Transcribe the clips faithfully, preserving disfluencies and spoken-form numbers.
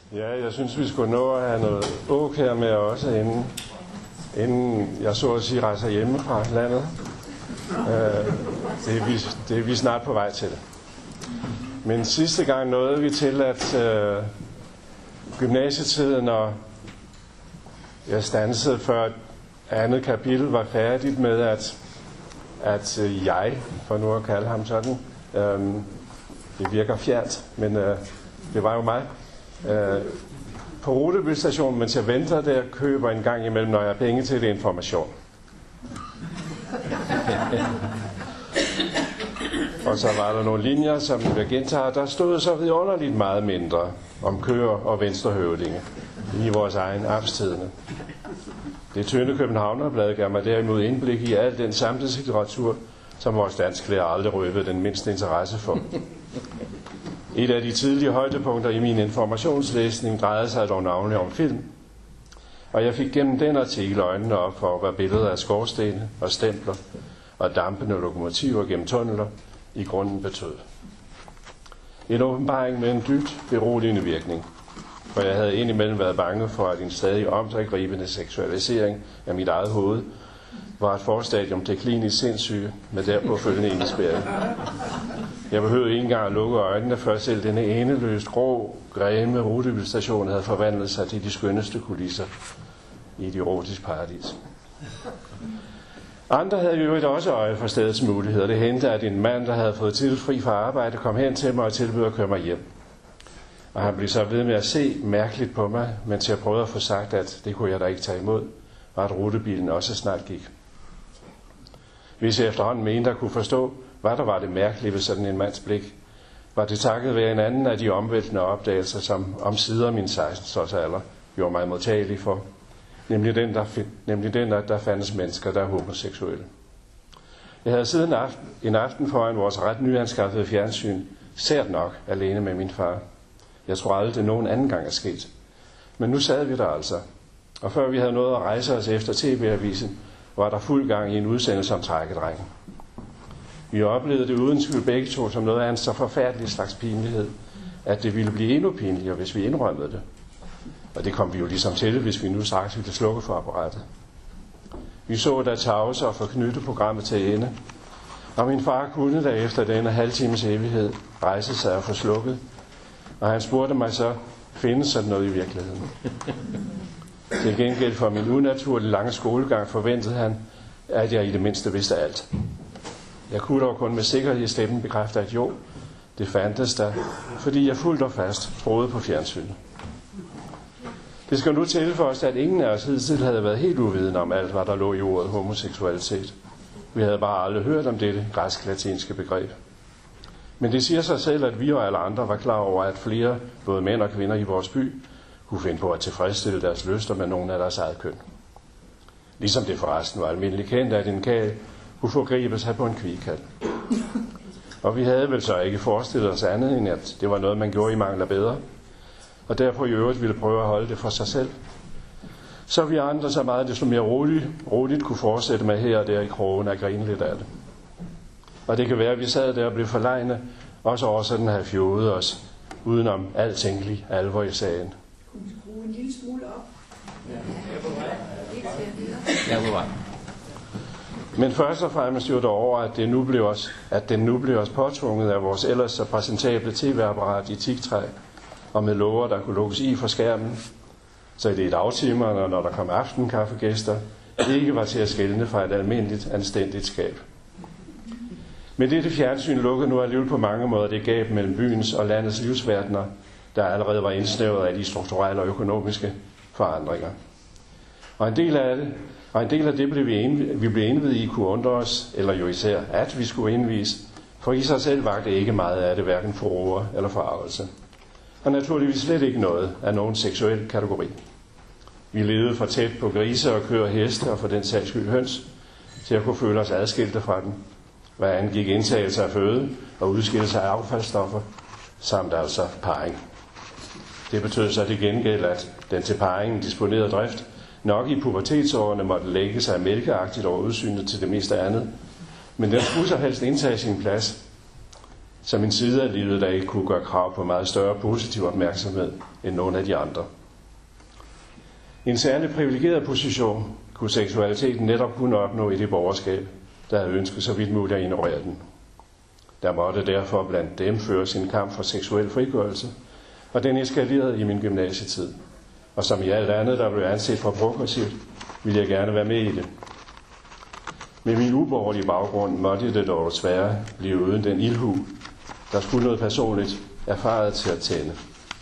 Ja, jeg synes, vi skulle nå at have noget åk her med også, inden, inden jeg så at sige rejser hjemme fra landet. Øh, det, er vi, det er vi snart på vej til. Men sidste gang nåede vi til, at øh, gymnasietiden, og jeg stansede før andet kapitel var færdigt med, at, at øh, jeg, for nu at kalde ham sådan, øh, det virker fjernt, men øh, det var jo mig, øh, på Rutebilstationen, mens jeg venter der, køber en gang imellem, når jeg har penge til det, information. Og så var der nogle linjer, som jeg gentager, der stod så vidunderligt meget mindre om køer og venstrehøvdinge i vores egen amtstidende. Det tynde Københavnerblad gav mig derimod indblik i al den samtidslitteratur, som vores dansklærer aldrig røbede den mindste interesse for. Et af de tidlige højdepunkter i min informationslæsning drejede sig dog navnlig om film, og jeg fik gennem den artikel øjnene op for, hvad billeder af skorstene og stempler og dampende lokomotiver gennem tunneler i grunden betød. En åbenbaring med en dybt beroligende virkning, for jeg havde indimellem været bange for, at en stadig omsiggribende seksualisering af mit eget hoved var et forstadium til klinisk sindssyge med derpå følgende indespærring. Jeg behøvede ikke engang at lukke øjnene, før selv denne eneløst grå, grimme rutebilstation havde forvandlet sig til de skønneste kulisser i et erotisk paradis. Andre havde jo et også øje for stedets muligheder. Det hentede, at en mand, der havde fået tid fri fra arbejde, kom hen til mig og tilbød at køre mig hjem. Og han blev så ved med at se mærkeligt på mig, mens jeg prøvede at få sagt, at det kunne jeg da ikke tage imod, og at rutebilen også snart gik. Hvis jeg efterhånden mente at kunne forstå, hvad der var det mærkelige ved sådan en mands blik, var det takket være en anden af de omvæltende opdagelser, som omsider min seksten-års alder gjorde mig modtagelig for, nemlig den, der, nemlig den, at der fandtes mennesker, der er homoseksuelle. Jeg havde siden aften, en aften foran vores ret nyanskaffede fjernsyn, sært nok alene med min far. Jeg tror aldrig, det nogen anden gang er sket. Men nu sad vi der altså. Og før vi havde nået at rejse os efter tv-avisen, var der fuld gang i en udsendelse om trækkedrengen. Vi oplevede det uden tvivl begge to som noget af en så forfærdelig slags pinlighed, at det ville blive endnu pinligere, hvis vi indrømmede det. Og det kom vi jo ligesom til, hvis vi nu straks ville slukke for apparatet. Vi så da tavse og forknytte programmet til ende, og min far kunne da efter denne halvtimes evighed rejse sig og få slukket, og han spurgte mig så, findes sådan noget i virkeligheden? Til gengæld for min unaturlige lange skolegang forventede han, at jeg i det mindste vidste alt. Jeg kunne dog kun med sikkerhed i stemmen bekræfte, at jo, det fandtes der, fordi jeg fuldt og fast troede på fjernsynet. Det skal nu tilføjes, at ingen af os hidtil havde været helt uvidende om alt, hvad der lå i ordet homoseksualitet. Vi havde bare aldrig hørt om dette græsk-latinske begreb. Men det siger sig selv, at vi og alle andre var klar over, at flere, både mænd og kvinder i vores by, kunne finde på at tilfredsstille deres lyster med nogen af deres eget køn. Ligesom det forresten var almindeligt kendt, at en kæl kunne forgribe sig på en kvikald. Og vi havde vel så ikke forestillet os andet, end at det var noget, man gjorde i mangel af bedre, og derfor i øvrigt ville prøve at holde det for sig selv. Så vi andre så meget desto mere roligt, roligt kunne fortsætte med her og der i krogen og grine lidt af det. Og det kan være, at vi sad der og blev forlegne, også over sådan have fjodet os, udenom al tænkelig alvor i sagen. Kunne vi skrue en lille smule op? Ja, jeg er på vej. Jeg er på vej. Men først og fremmest jo derover, at, det nu blev os, at den nu blev os påtvunget af vores ellers så præsentable tv-apparat i teaktræ, og med låger, der kunne lukkes i for skærmen, så i det i dagtimerne, når der kom aftenkaffegæster, ikke var til at skelne fra et almindeligt, anstændigt skab. Men dette fjernsyn lukkede nu alligevel på mange måder det gab mellem byens og landets livsverdener, der allerede var indsnævret af de strukturelle og økonomiske forandringer. Og en del af det, og en del af det blev vi, env- vi blev indvidet i kunne undre os, eller jo især at vi skulle indvise, for i sig selv var det ikke meget af det, hverken furore eller forarvelse. Og naturligvis slet ikke noget af nogen seksuel kategori. Vi levede for tæt på grise og køer og heste, og for den sags skyld høns, til at kunne føle os adskilte fra den, hvad angik indtagelse af føde og udskillelse af affaldsstoffer, samt altså parring. Det betød så til gengæld, at den til parringen disponerede drift nok i pubertetsårene måtte lægge sig mælkeagtigt over udsynet til det meste andet, men den skulle så helst indtage sin plads som en side af livet, der ikke kunne gøre krav på meget større positiv opmærksomhed end nogen af de andre. I en særlig privilegeret position kunne seksualiteten netop kunne opnå i det borgerskab, der havde ønsket så vidt muligt at ignorere den. Der måtte derfor blandt dem føres en kamp for seksuel frigørelse, og den eskalerede i min gymnasietid. Og som i alt andet, der blev anset for progressivt, ville jeg gerne være med i det. Med min uborgerlige baggrund måtte det dog desværre blive uden den ildhu, der skulle noget personligt erfaret til at tænde.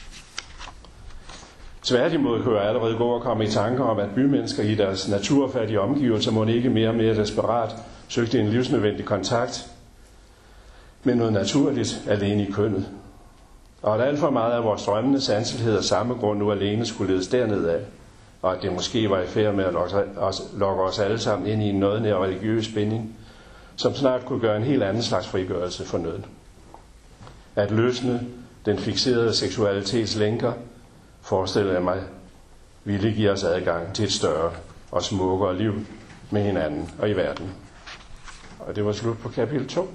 Tværtimod kunne jeg allerede gå og komme i tanker om, at bymennesker i deres naturfattige omgivelser må ikke mere og mere desperat søgte en livsnødvendig kontakt med noget naturligt alene i kønnet. Og at alt for meget af vores drømmende sanselighed af samme grund nu alene skulle ledes derned af, og at det måske var i færd med at lokke os alle sammen ind i en noget nær religiøs spænding, som snart kunne gøre en helt anden slags frigørelse for nøden. At løsne den fikserede seksualitets lænker, forestiller jeg mig, ville give os adgang til et større og smukkere liv med hinanden og i verden. Og det var slut på kapitel to.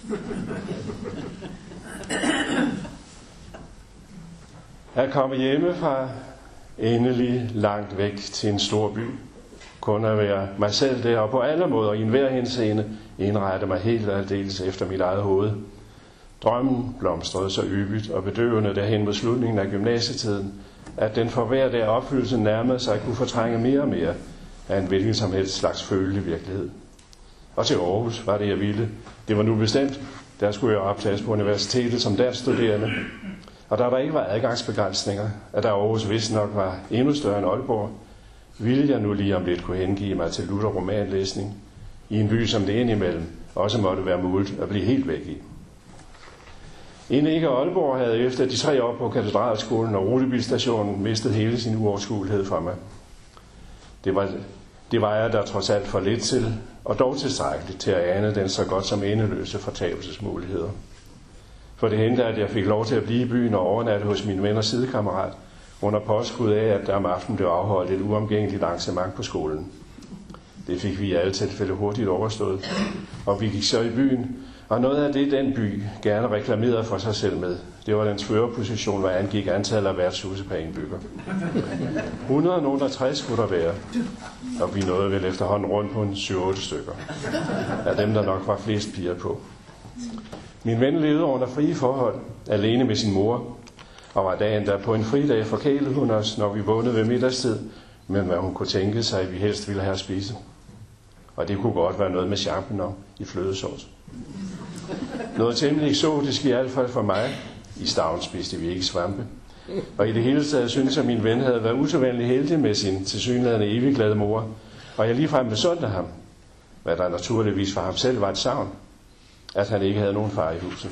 At komme hjemmefra, endelig langt væk til en stor by, kun at være mig selv der, og på alle måder i enhver henseende indrette mig helt og aldeles efter mit eget hoved. Drømmen blomstrede så yppigt og bedøvende derhen mod slutningen af gymnasietiden, at den for hver dag opfyldelse nærmede sig kunne fortrænge mere og mere af en hvilken som helst slags følelig virkelighed. Og til Aarhus var det, jeg ville. Det var nu bestemt. Der skulle jeg optages på universitetet som dansk studerende. Og da der ikke var adgangsbegrænsninger, at der Aarhus vist nok var endnu større end Aalborg, ville jeg nu lige om lidt kunne hengive mig til lutter romanlæsning i en by, som det indimellem også måtte være muligt at blive helt væk i. Inden ikke Aalborg havde efter de tre år på Katedralskolen og rutebilstationen mistet hele sin uoverskuelighed fra mig. Det var, det var jeg der trods alt for lidt til, og dog tilstrækkeligt til at ane den så godt som endeløse fortabelsesmuligheder. For det hentede, at jeg fik lov til at blive i byen og overnatte hos min ven og sidekammerat, under påskud af, at der om aftenen blev afholdt et uomgængeligt arrangement på skolen. Det fik vi i alle tilfælde hurtigt overstået, og vi gik så i byen, og noget af det, den by gerne reklamerede for sig selv med, det var dens førerposition, hvad angik antallet af værtshuse per indbygger. hundrede og tres skulle der være, og vi nåede vel efterhånden rundt på en syv otte stykker, af dem, der nok var flest piger på. Min ven levede under frie forhold, alene med sin mor, og var dagen der på en fridag forkælede hun os, når vi vågnede ved middagstid, men hvad hun kunne tænke sig, at vi helst ville have at spise. Og det kunne godt være noget med champignon i flødesauce. Noget temmelig eksotisk i hvert fald for mig. I Stavn spiste vi ikke svampe. Og i det hele taget synes jeg, at min ven havde været usædvanligt heldig med sin tilsyneladende evig glade mor, og jeg ligefrem besundte ham, hvad der naturligvis for ham selv var et savn, at han ikke havde nogen far i huset.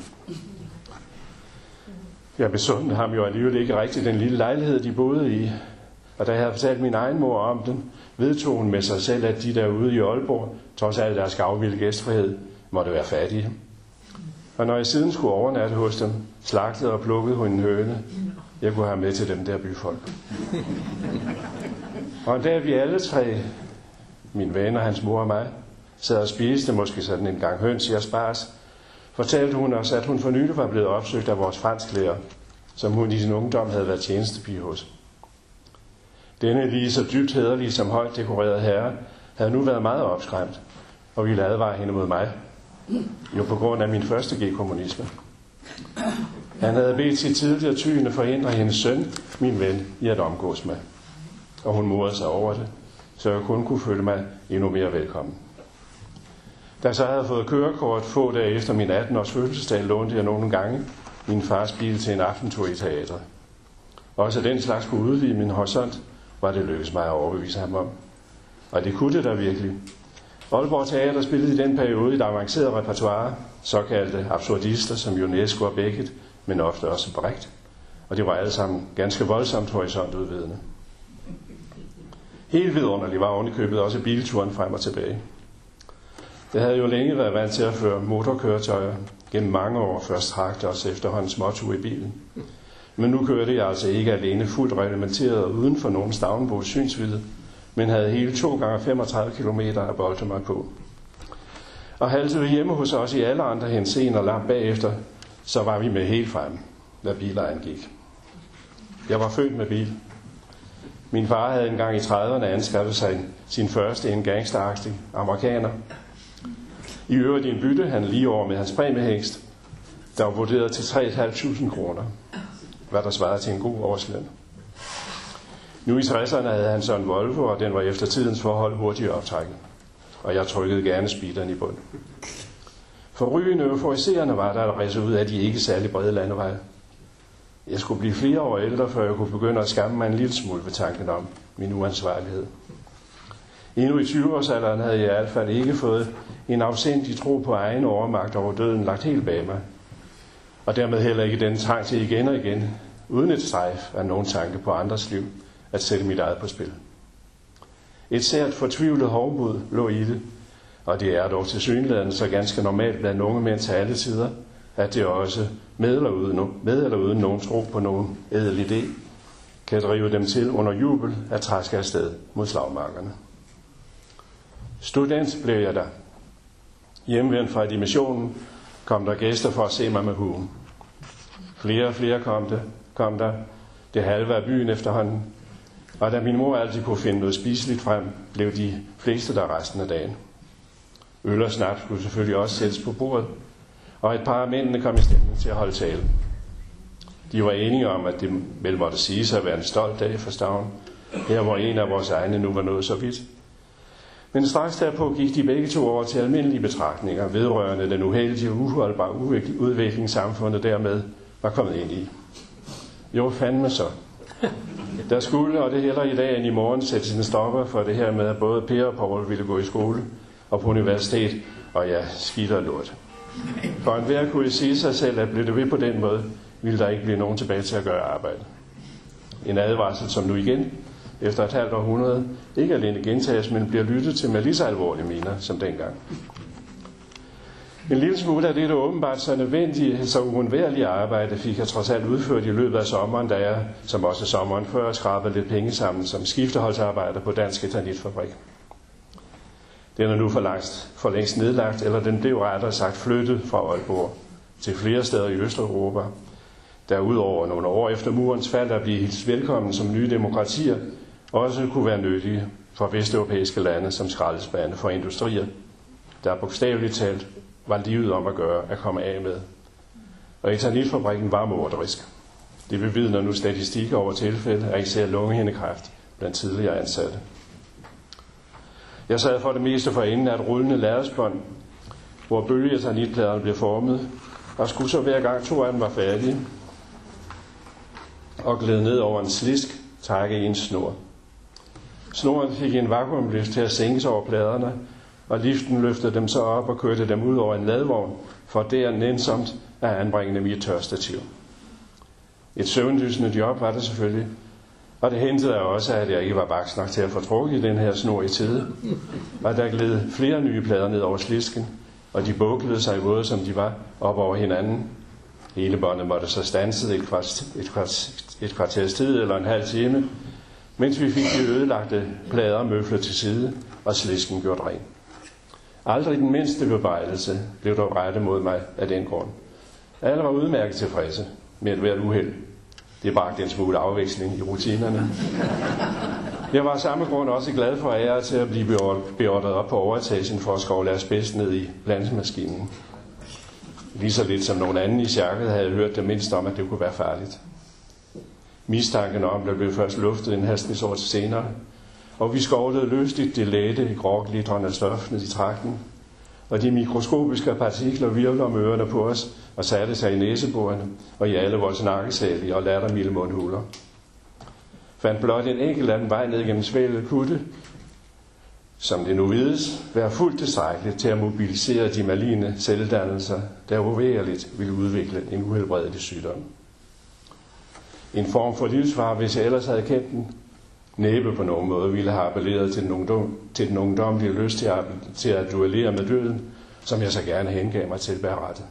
Jeg besundte ham jo alligevel ikke rigtigt den lille lejlighed, de boede i, og da jeg havde fortalt min egen mor om den, vedtog hun med sig selv, at de derude i Aalborg, trods alt deres gavmilde gæstfrihed, måtte være fattige. Og når jeg siden skulle overnatte hos dem, slagtede og plukkede hun en høne, jeg kunne have med til dem der byfolk. Og en dag vi alle tre, min ven og hans mor og mig, sad og spiste måske sådan en gang høns i asparges, fortalte hun os, at hun for nylig var blevet opsøgt af vores fransklærer, som hun i sin ungdom havde været tjenestepige hos. Denne lige så dybt hæderlige som højt dekoreret herre havde nu været meget opskræmt, og ville advare hende mod mig, jo på grund af min første G-kommunisme. Han havde bedt sit tidligere tyende forhindre hendes søn, min ven, i at omgås med. Og hun morede sig over det, så jeg kun kunne føle mig endnu mere velkommen. Da jeg så havde fået kørekort få dage efter min atten-års fødselsdag, lånte jeg nogle gange min fars bil til en aftentur i teatret. Også den slags kunne udvide min horisont, var det lykkedes mig at overbevise ham om. Og det kunne det da virkelig. Aalborg Teater spillede i den periode et avanceret repertoire, såkaldte absurdister som Ionesco og Beckett, men ofte også Brecht. Og det var alle sammen ganske voldsomt horisontudvidende. Helt vidunderligt var ovenikøbet også bilturen frem og tilbage. Det havde jo længe været vant til at føre motorkøretøjer gennem mange år, først trakte os efterhånden småture i bilen. Men nu kørte jeg altså ikke alene fuldt reglementeret uden for nogen Stavnbos synsvidde, men havde hele to gange femogtredive kilometer at bolde mig på. Og haltede hjemme hos os i alle andre henseender langt bagefter, så var vi med helt frem, hvad biler angik. Jeg var født med bil. Min far havde engang i trediverne anskaffet sig sin første en gangsteragtig amerikaner. I øvrigt i en bytte, han lige over med hans præmiehængst, der var vurderet til tre tusind fem hundrede kroner, hvad der svarede til en god årsløn. Nu i tresserne havde han så en Volvo, og den var efter tidens forhold hurtigt optrækket. Og jeg trykkede gerne speederen i bund. For rygende euforiserende var der at ræse ud af de ikke særlig brede landeveje. Jeg skulle blive flere år ældre, før jeg kunne begynde at skamme mig en lille smule ved tanken om min uansvarlighed. Endnu i tyve-årsalderen havde jeg i hvert fald ikke fået en afsindig tro på egen overmagt over døden lagt helt bag mig. Og dermed heller ikke den trang til igen og igen, uden et strejf af nogen tanke på andres liv, at sætte mit eget på spil. Et sært fortvivlet hovmod lå i det, og det er dog tilsyneladende så ganske normalt blandt unge mænd til alle tider, at det også med eller uden, med eller uden nogen tro på nogen ædel idé, kan drive dem til under jubel at træske afsted mod slagmarkerne. Student blev jeg der. Hjemvendt fra dimissionen kom der gæster for at se mig med huen. Flere og flere kom, det, kom der, det halve af byen efterhånden, og da min mor altid kunne finde noget spiseligt frem, blev de fleste der resten af dagen. Øl og snaps skulle selvfølgelig også sættes på bordet, og et par af mændene kom i stemning til at holde tale. De var enige om, at det vel måtte sige sig at være en stolt dag for Stavn, her hvor en af vores egne nu var nået så vidt. Men straks derpå gik de begge to over til almindelige betragtninger vedrørende den uheldige og uholdbare udvikling samfundet dermed var kommet ind i. Jo, fandme så. Der skulle, og det heller i dag end i morgen, sættes en stopper for det her med, at både Per og Paul ville gå i skole og på universitet, og ja, skidt og lort. For enhver kunne sige sig selv, at blev det ved på den måde, ville der ikke blive nogen tilbage til at gøre arbejde. En advarsel, som nu igen, efter et halvt århundrede, ikke alene gentages, men bliver lyttet til med lige så alvorlige miner som dengang. En lille smule af det, der åbenbart så nødvendige, så uundværlige arbejde, fik jeg trods alt udført i løbet af sommeren, da jeg, som også sommeren før, skrabede lidt penge sammen som skifteholdsarbejder på Dansk Eternitfabrik. Den er nu for, langt, for længst nedlagt, eller den blev rettere sagt flyttet fra Aalborg til flere steder i Østeuropa, der udover nogle år efter murens fald at blive hilst velkommen som nye demokratier, også kunne være nyttige for vesteuropæiske lande som skraldespande for industrier, der bogstaveligt talt var livet om at gøre at komme af med. Og Eternitfabrikken var morderisk. Det bevidner nu statistikker over tilfælde af især lungehindekræft blandt tidligere ansatte. Jeg sad for det meste for enden af et rullende lærredsbånd, hvor bølgeeternitpladerne blev formet, og skulle så hver gang to af dem var færdige, og gled ned over en slisk, takke i en snor. Snoren fik en vakuumlift til at sænke sig over pladerne, og liften løftede dem så op og kørte dem ud over en ladvogn, for der nænsomt at anbringe dem i et tørstativ. Et søvndysende job var det selvfølgelig, og det hentede også, at jeg ikke var vaks nok til at få trukket i den her snor i tide, og der gled flere nye plader ned over slisken, og de buklede sig våde, som de var, op over hinanden. Hele båndet måtte så standse et, kvart, et, kvart, et kvarters tid eller en halv time, mens vi fik de ødelagte plader møflet til side, og slisken gjort ren. Aldrig den mindste bebrejdelse blev dog rettet mod mig af den grund. Alle var udmærket tilfredse med et hvert uheld. Det bragte en smule afveksling i rutinerne. Jeg var af samme grund også glad for ære til at blive beordret op på overetagen for at skovle asbest ned i blandemaskinen. Lige så lidt som nogen anden i sjakket havde hørt det mindst om, at det kunne være farligt. Mistanken om det blev først luftet en hastig år senere, og vi skovlede løsligt det lette, gråglitrende stoffene i trakten, og de mikroskopiske partikler virvlede om ørerne på os og satte sig i næseborene og i alle vores nakkesælige og lattermilde mundhuler. Fandt blot en enkelt af den vej ned gennem svælget kutte, som det nu vides, være fuldt tilstrækkeligt til at mobilisere de maligne celledannelser, der uvægerligt ville udvikle en uhelbredelig sygdom. En form for livsfare, hvis jeg ellers havde kendt den, næppe på nogen måde ville have appelleret til den, ungdom, til den ungdomlige lyst til at, til at duellere med døden, som jeg så gerne hengav mig til berettet.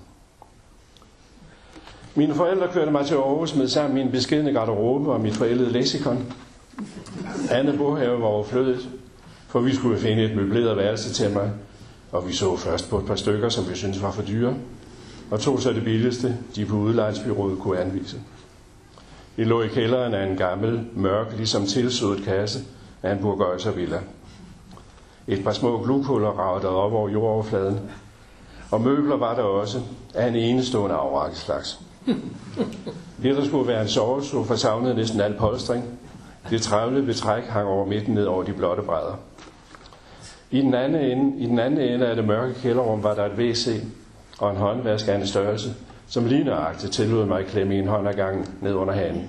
Mine forældre kørte mig til Aarhus med sammen min beskedne garderobe og mit forældede leksikon. Andet bohave var overflødigt, for vi skulle finde et møbleret værelse til mig, og vi så først på et par stykker, som vi syntes var for dyre. og tog så det billigste, de på udlejningsbyrået kunne anvise. Vi lå i kælderen af en gammel, mørk, ligesom tilsødet kasse af en burgøjser villa. Et par små glughuller ragede op over jordoverfladen, og møbler var der også af en enestående afrakkeslags. Det, der skulle være en sovesofa, savnede næsten al polstring. Det trævlede betræk hang over midten ned over de blotte brædder. I den anden ende, i den anden ende af det mørke kælderrum var der et W C og en håndvask af en størrelse, som lige nøjagtigt tillod mig at klemme en hånd ad gangen ned under hanen.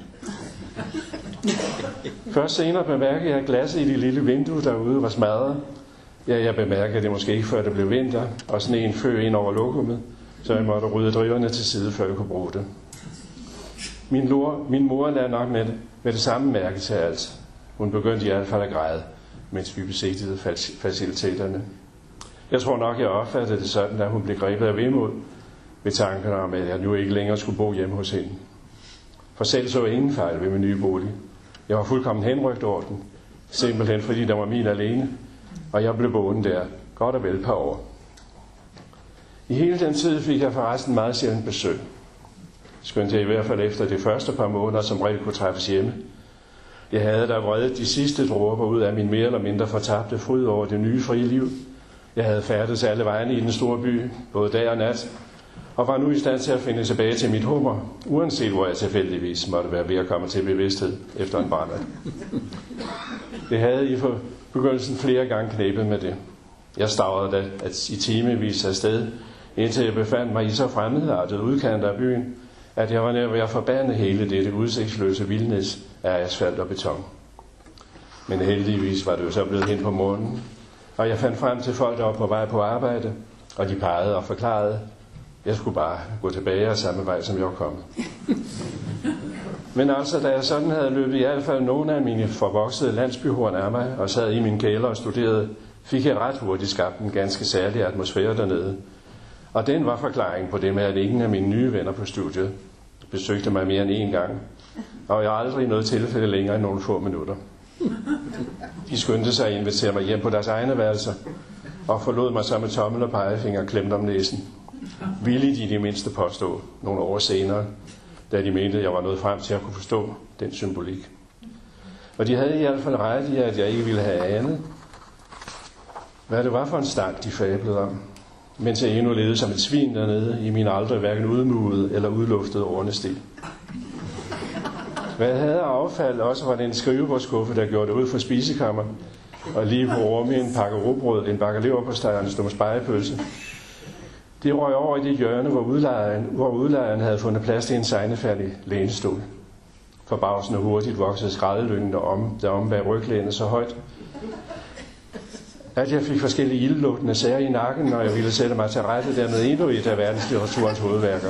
Først senere bemærkede jeg, at glasset i det lille vindue derude var smadret. Ja, jeg bemærkede det måske ikke, før det blev vinter, og sneen føg ind over lokummet, så jeg måtte rydde driverne til side, før jeg kunne bruge det. Min, lor, min mor lagde nok med det, med det samme mærke til alt. Hun begyndte i hvert fald at græde, mens vi besigtigede faciliteterne. Jeg tror nok, jeg opfattede det sådan, at hun blev grebet af vemod ved tanken om, at jeg nu ikke længere skulle bo hjemme hos hende. For selv så jeg ingen fejl ved min nye bolig. Jeg var fuldkommen henrygt over den, simpelthen fordi der var min alene, og jeg blev boende der godt og vel et par år. I hele den tid fik jeg forresten meget sjældent besøg. Skønt jeg i hvert fald efter de første par måneder som regel kunne træffes hjemme. Jeg havde da vredet de sidste dråber ud af min mere eller mindre fortabte fryd over det nye frie liv. Jeg havde færdedes alle vejene i den store by, både dag og nat, og var nu i stand til at finde tilbage til mit humør, uanset hvor jeg tilfældigvis måtte være ved at komme til bevidsthed efter en barndom. Det havde i begyndelsen flere gange knæbet med det. Jeg stavrede da at i timevis afsted, indtil jeg befandt mig i så fremmedartet udkant af byen, at jeg var nær ved at forbande hele dette udsigtsløse vildnis af asfalt og beton. Men heldigvis var det jo så blevet hen på morgenen, og jeg fandt frem til folk, der var på vej på arbejde, og de pegede og forklarede, jeg skulle bare gå tilbage af samme vej, som jeg var kommet. Men altså, da jeg sådan havde løbet i hvert fald nogle af mine forvoksede landsbyhorn af mig, og sad i min kælder og studerede, fik jeg ret hurtigt skabt en ganske særlig atmosfære dernede. Og den var forklaringen på det med, at ingen af mine nye venner på studiet besøgte mig mere end én gang. Og jeg har aldrig i noget tilfælde længere end nogle få minutter. De skyndte sig at invitere mig hjem på deres egne værelser, og forlod mig så med tommel og pegefinger klemt om næsen. Ville de i det mindste påstå nogle år senere, da de mente, at jeg var nået frem til at kunne forstå den symbolik. Og de havde i hvert fald ret i, at jeg ikke ville have anet, hvad det var for en stand, de fablede om, mens jeg endnu levede som et svin dernede i min aldrig hverken udmugede eller udluftede ornestil. Hvad jeg havde af affald også var den skrivebordsskuffe, der gjorde det ud for spisekammer, og lige på orme en pakke rugbrød, en bakke leverpostej og en stum spegepølse. Det røg over i det hjørne, hvor udlejeren, hvor udlejeren havde fundet plads til en segnefærdig lænestol. Forbavsende hurtigt voksede skræddelyngen derom, derom bag ryglænet så højt, at jeg fik forskellige ildelugtende sager i nakken, når jeg ville sætte mig til rette der med endnu et af verdenslitteraturens hovedværker.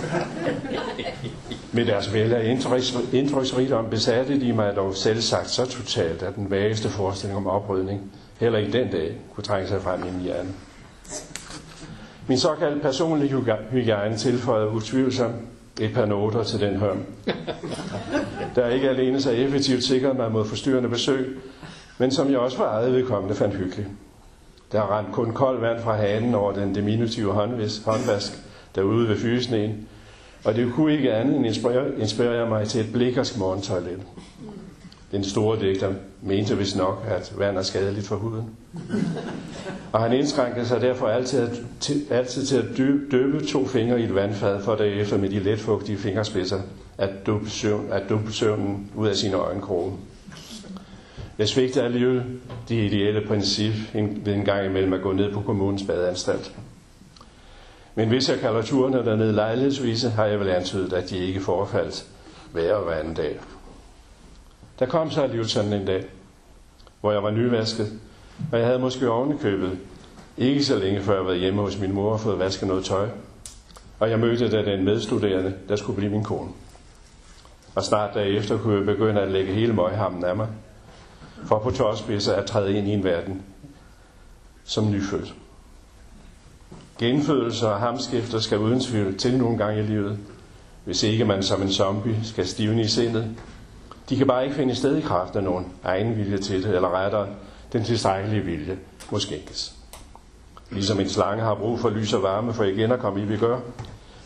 Med deres vælge af indtryksrigdom besatte de mig dog selvsagt så totalt, at den vageste forestilling om oprydning heller ikke den dag kunne trænge sig frem i min hjerne. Min såkaldte personlige hygiejne tilføjede utvivlsomt et par noter til den hørm, der ikke alene så effektivt sikrede mig mod forstyrrende besøg, men som jeg også for eget vedkommende fandt hyggelig. Der rendte kun koldt vand fra hanen over den diminutive håndvask derude ved fysningen, og det kunne ikke andet end inspirere, inspirere mig til et blikkersk morgentoilet. Den store digter mente vist nok, at vand er skadeligt for huden. Og han indskrænkede sig derfor altid, at, til, altid til at døbe, døbe to fingre i et vandfad, for derefter med de letfugtige fingerspidser at dubbe søvn, at dubbe søvnen ud af sine øjenkroge. Jeg svigtede alligevel det ideelle princip ved en gang imellem at gå ned på kommunens badeanstalt. Men hvis jeg kalder turene dernede lejlighedsvise, har jeg vel antydet, at de ikke forefaldt hver og hver anden dag. Der kom så alligevel sådan en dag, hvor jeg var nyvasket, og jeg havde måske ovenikøbet, ikke så længe før jeg var hjemme hos min mor og fået vasket noget tøj. Og jeg mødte da den medstuderende, der skulle blive min kone. Og snart derefter kunne jeg begynde at lægge hele møghammen af mig, for på tårspidser at træde ind i en verden som nyfødt. Genfødelser og hamskifter skal uden tvivl til nogle gange i livet, hvis ikke man som en zombie skal stivne i sindet. De kan bare ikke finde sted i kraft af nogen egen vilje til det, eller rettere, den tilstrækkelige vilje må skænkes. Ligesom en slange har brug for lys og varme for igen at komme i vigør,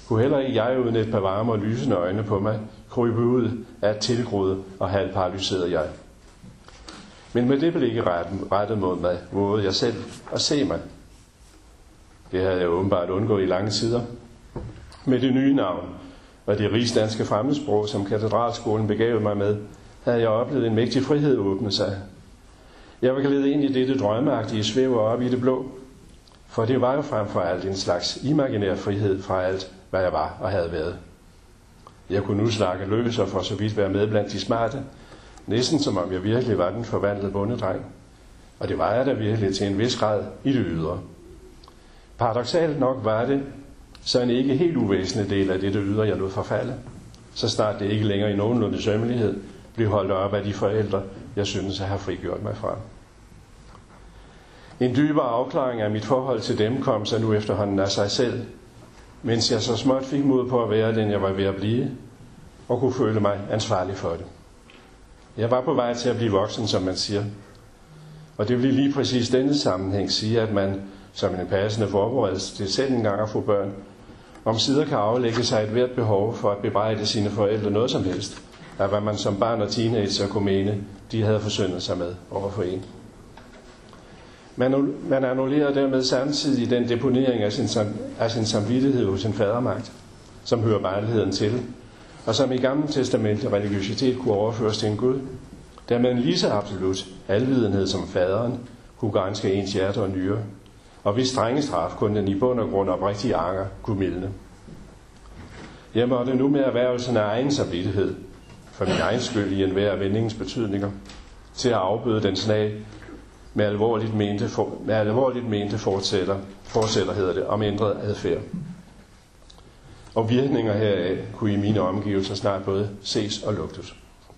kunne heller ikke jeg uden et par varme og lysende øjne på mig krybe ud af et tilgroet og halvparalyseret jeg. Men med det blev ikke rettet mod mig, vågede jeg selv at se mig. Det havde jeg åbenbart undgået i lange tider. Med det nye navn og det rigsdanske fremmedsprog, som katedralskolen begavede mig med, havde jeg oplevet en mægtig frihed åbne sig. Jeg var glædet ind i dette drømmeagtige svæver op i det blå, for det var jo frem for alt en slags imaginær frihed fra alt, hvad jeg var og havde været. Jeg kunne nu snakke løs og for så vidt være med blandt de smarte, næsten som om jeg virkelig var den forvandlede bondedreng. Og det var jeg da virkelig til en vis grad i det ydre. Paradoksalt nok var det så en ikke helt uvæsentlig del af dette ydre, jeg lod forfalde, så snart det ikke længere i nogenlunde sømmelighed blev holdt op af de forældre, jeg synes at have frigjort mig fra. En dybere afklaring af mit forhold til dem kom så nu efterhånden af sig selv, mens jeg så småt fik mod på at være den, jeg var ved at blive, og kunne føle mig ansvarlig for det. Jeg var på vej til at blive voksen, som man siger. Og det vil lige præcis denne sammenhæng sige, at man, som en passende forberedelse til selv engang at få børn, omsider kan aflægge sig et hvert behov for at bebrejde sine forældre noget som helst, af hvad man som barn og teenager kunne mene, de havde forsyndet sig med over for en. Man, man annullerer dermed samtidig den deponering af sin, af sin samvittighed hos en fadermagt, som hører barnligheden til, og som i Gamle Testamentet religiøsitet kunne overføres til en Gud, der med en lige så absolut alvidenhed som faderen kunne granske ens hjerte og nyre, og hvis strenge straf kun den i bund og grund oprigtige anger kunne mildne. Jeg måtte nu med erhvervelsen af egen samvittighed, for min egen skyld i enhver af vendingens betydninger, til at afbøde den slag med alvorligt mente, for, med alvorligt mente fortsætter, fortsætter hedder det, om ændret adfærd. Og virkninger heraf kunne i mine omgivelser snart både ses og lugtes.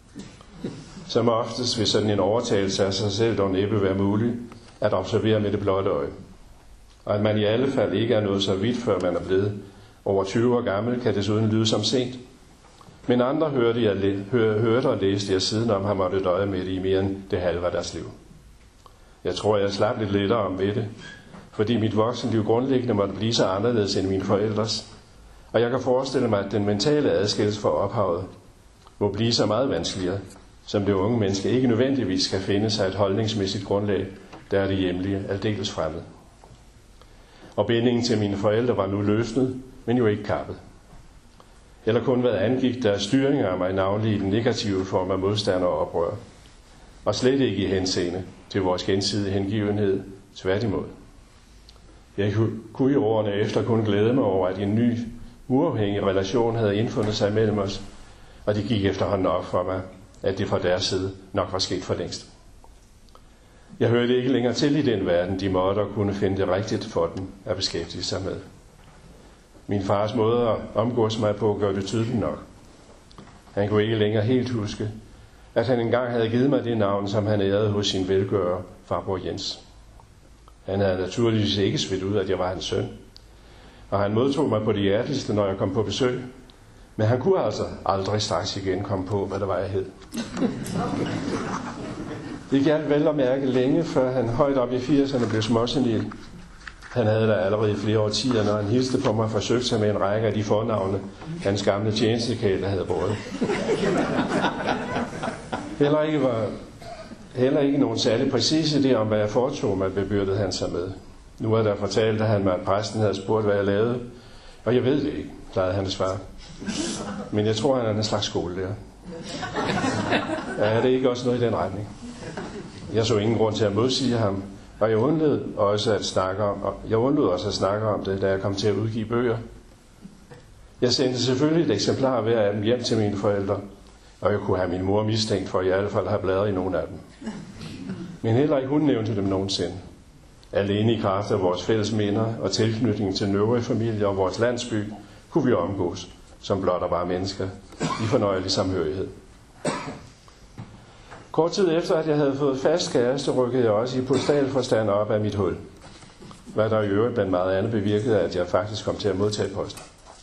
Som oftest vil sådan en overtagelse af sig selv dog næppe være mulig at observere med det blotte øje. Og at man i alle fald ikke er nået så vidt, før man er blevet over tyve år gammel, kan desuden lyde som sent. Men andre hørte, jeg, hørte og læste jeg siden om, har måttet døje med det i mere end det halve af deres liv. Jeg tror, jeg slap lidt lettere om med det, fordi mit voksenliv grundlæggende måtte blive så anderledes end mine forældres. Og jeg kan forestille mig, at den mentale adskillelse fra ophavet må blive så meget vanskeligere, som det unge menneske ikke nødvendigvis skal finde sig et holdningsmæssigt grundlag, der er det hjemlige aldeles fremmed. Og bindingen til mine forældre var nu løsnet, men jo ikke kappet. Eller kun hvad angik deres styring af mig navnlig i den negative form af modstand og oprør. Og slet ikke i henseende til vores gensidige hengivenhed, tværtimod. Jeg kunne i årene efter kun glæde mig over, at en ny, uafhængig relation havde indfundet sig mellem os, og det gik efterhånden op for mig, at det fra deres side nok var sket for længst. Jeg hørte ikke længere til i den verden, de måtte og kunne finde det rigtigt for dem at beskæftige sig med. Min fars måde at omgås mig på gør det tydeligt nok. Han kunne ikke længere helt huske, at han engang havde givet mig det navn, som han ærede hos sin velgører, farbror Jens. Han havde naturligvis ikke svidt ud, at jeg var hans søn, og han modtog mig på det hjerteligste, når jeg kom på besøg. Men han kunne altså aldrig straks igen komme på, hvad der var, jeg hed. Det galt vel at mærke længe, før han højt op i firserne blev småsenil. Han havde da allerede i flere årtier, når han hilste på mig, forsøgt sig med en række af de fornavne, hans gamle tjenestekæle havde båret. Heller ikke, var, heller ikke nogen særlig præcis idé om, hvad jeg foretog mig, bebyrdede han sig med. Nu er der fortalt, at han mig, at præsten havde spurgt, hvad jeg lavede, og jeg ved det ikke, plejede han at svare. Men jeg tror, han er en slags skolelærer. Er det ikke også noget i den retning? Jeg så ingen grund til at modsige ham, og jeg undlod også at snakke om, jeg undlod også at snakke om det, da jeg kom til at udgive bøger. Jeg sendte selvfølgelig et eksemplar af hver af dem hjem til mine forældre, og jeg kunne have min mor mistænkt for i alle fald at have bladret i nogle af dem. Men heller ikke hun nævnte dem nogensinde. Alene i kraft af vores fælles minder og tilknytning til den øvrige familie og vores landsby, kunne vi omgås, som blot og bare mennesker, i fornøjelig samhørighed. Kort tid efter, at jeg havde fået fast kæreste, rykkede jeg også i postalforstand op af mit hul. Hvad der i øvrigt blandt meget andet bevirkede, at jeg faktisk kom til at modtage posten.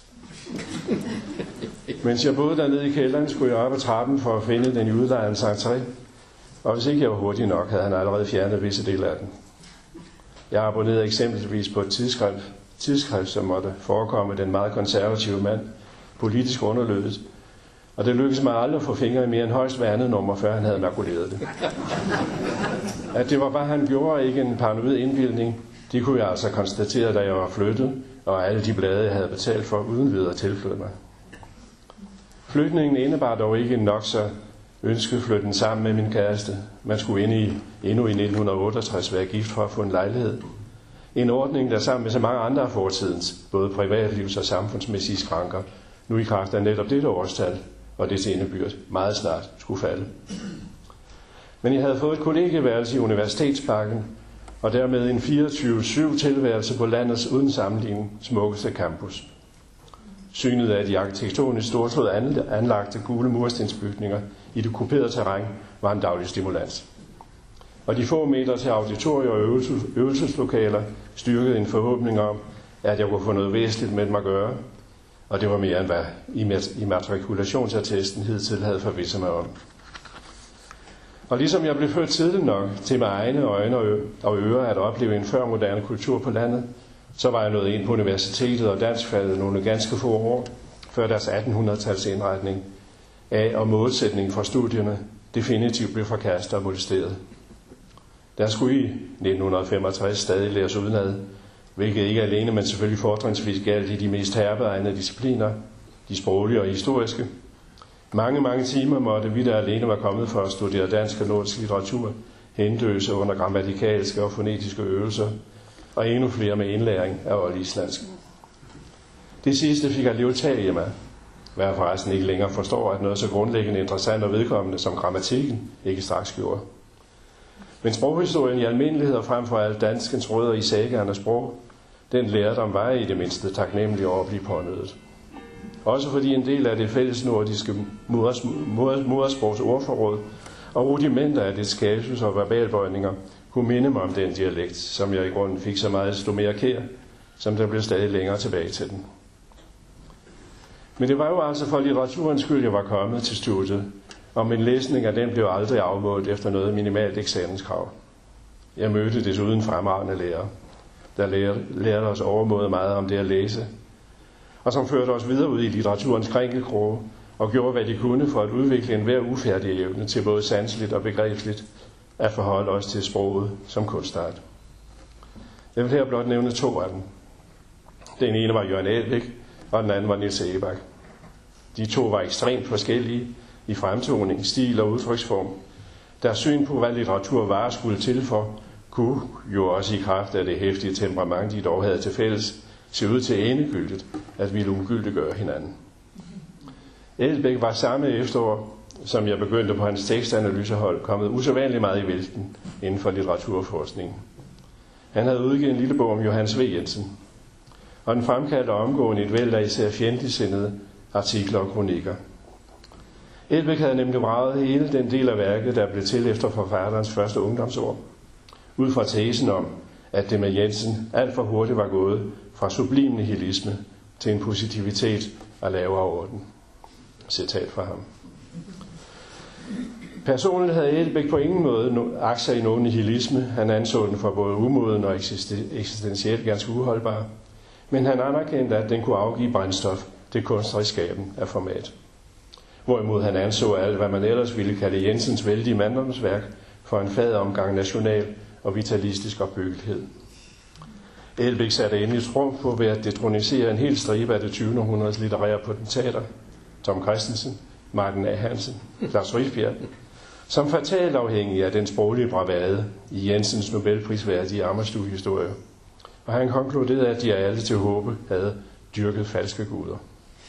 Mens jeg boede dernede i kælderen, skulle jeg op ad trappen for at finde den i udlejerens entré. Og hvis ikke jeg var hurtig nok, havde han allerede fjernet visse dele af den. Jeg abonnerede eksempelvis på et tidsskrift, tidsskrift, som måtte forekomme den meget konservative mand, politisk underlødet. Og det lykkedes mig aldrig at få fingre i mere end højst hver andet nummer, før han havde makuleret det. At det var bare, han gjorde, ikke en paranoid indbildning, det kunne jeg altså konstatere, da jeg var flyttet, og alle de blade, jeg havde betalt for, uden videre tilflytte mig. Flytningen indebar dog ikke nok så ønsket flytten sammen med min kæreste. Man skulle ind i, endnu i nitten otteogtres være gift for at få en lejlighed. En ordning, der sammen med så mange andre af fortidens, både privatlivs- og samfundsmæssige skranker, nu i kraft af netop dette årstal, og det indebyrd meget snart skulle falde. Men jeg havde fået et kollegieværelse i Universitetsparken, og dermed en fireogtyve syv tilværelse på landets uden sammenligning smukkeste campus. Synet af de arkitektonisk storslået anlagte gule murstensbygninger i det kuperede terræn var en daglig stimulans. Og de få meter til auditorier og øvelses, øvelseslokaler styrkede en forhåbning om, at jeg kunne få noget væsentligt med dem at gøre. Og det var mere end hvad i matrikulationsattesten hidtil havde forvisset mig om. Og ligesom jeg blev født tidligt nok til med egne øjne og ører at opleve en førmoderne kultur på landet, så var jeg nået ind på universitetet og danskfaget nogle ganske få år før deres attenhundredetals indretning af og målsætningen for studierne definitivt blev forkastet og molesteret. Der skulle i nitten femogtres stadig læres udenad, hvilket ikke alene, men selvfølgelig fortrinsvis galt i de mest herbeegnede discipliner, de sproglige og historiske. Mange, mange timer måtte vi, der alene var kommet for at studere dansk og nordisk litteratur, hendøse under grammatikalske og fonetiske øvelser, og endnu flere med indlæring af oldislandsk. Det sidste fik alligevel tag i mig, hvad jeg forresten ikke længere forstår, at noget så grundlæggende interessant og vedkommende som grammatikken ikke straks gjorde. Men sproghistorien i almindelighed og frem for alt danskens rødder i sagaerne sprog, den lærdom var i det mindste taknemmelig over at blive pånydet. Også fordi en del af det fælles nordiske moders, moders, modersprogs ordforråd og rudimenter af det skabelses- og verbalbøjninger kunne minde mig om den dialekt, som jeg i grunden fik så meget stå mere kær, som der blev stadig længere tilbage til den. Men det var jo altså for litteraturens skyld, jeg var kommet til studiet, og min læsning af den blev aldrig afmålt efter noget minimalt eksamenskrav. Jeg mødte desuden fremragende lærere, der lærte, lærte os overmåde meget om det at læse, og som førte os videre ud i litteraturens krænkelkroge og gjorde, hvad de kunne for at udvikle en hver ufærdig evne til både sanseligt og begrebsligt at forholde os til sproget som kunstart. Jeg vil her blot nævne to af dem. Den ene var Jørgen Elbæk, og den anden var Niels Egebak. De to var ekstremt forskellige i fremtoning, stil og udtryksform. Deres syn på, hvad litteratur var skulle til for, kunne jo også i kraft af det heftige temperament, de dog havde til fælles, se ud til endegyldigt, at ville ugyldiggøre hinanden. Elbæk var samme efterår, som jeg begyndte på hans tekstanalysehold, kommet usædvanligt meget i vælten inden for litteraturforskningen. Han havde udgivet en lille bog om Johannes V. Jensen, og den fremkaldte omgående et væld af især fjendtligsindede artikler og kronikker. Elbæk havde nemlig vraget hele den del af værket, der blev til efter forfatterens første ungdomsår, ud fra tesen om, at det med Jensen alt for hurtigt var gået fra sublim nihilisme til en positivitet af lavere orden. Citat fra ham. Personligt havde Elbæk på ingen måde aktier i nogen nihilisme. Han anså den for både umoden og eksistentielt ganske uholdbar. Men han anerkendte, at den kunne afgive brændstof til kunstnerskaben af format. Hvorimod han anså alt, hvad man ellers ville kalde Jensens vældige manddomsværk, for en fad omgang national og vitalistisk opbyggelighed. Elbæk satte endelig tro på ved at detronisere en hel stribe af det tyvende århundredes litterære potentater, Tom Christensen, Martin A. Hansen, Claus Rifbjerg, som fatalt afhængig af den sproglige bravade i Jensens Nobelprisværdige Ammerstue-historie. Og han konkluderede, at de alle til håbe havde dyrket falske guder.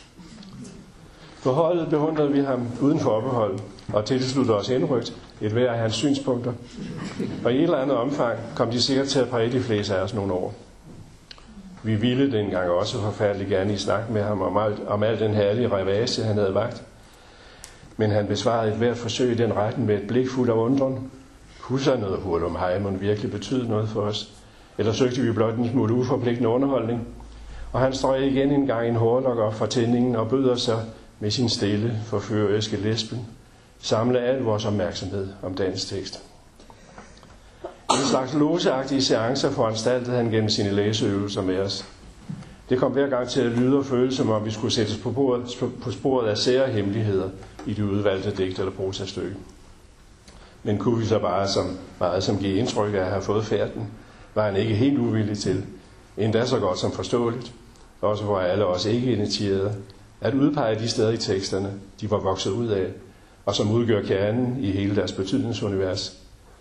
For holdet beundrede vi ham uden forbehold og tilsluttede os henrygt et hver af hans synspunkter. Og i et eller andet omfang kom de sikkert til at præge de fleste af os nogle år. Vi ville dengang også forfærdeligt gerne i snak med ham om alt, om al den herlige revase, han havde vagt. Men han besvarede et hvert forsøg i den retten med et blik fuld af undren. Kunne så noget Hurlum Heimon virkelig betyde noget for os? Eller søgte vi blot en smule uforpligtende underholdning? Og han strøg igen en gang en hårlok op fra tændingen og bød os så med sin stille, forføreriske lesben samle al vores opmærksomhed om dagens tekst. En slags loseagtige seancer foranstaltede han gennem sine læseøvelser med os. Det kom hver gang til at lyde og føle, som om vi skulle sættes på, bordet, på sporet af sære hemmeligheder i de udvalgte digt eller prosastykke. Men kunne vi så bare som meget som giver indtryk af at have fået færden, var han ikke helt uvillig til, endda så godt som forståeligt, også hvor alle os ikke initierede, at udpege de steder i teksterne, de var vokset ud af, og som udgør kernen i hele deres betydningsunivers.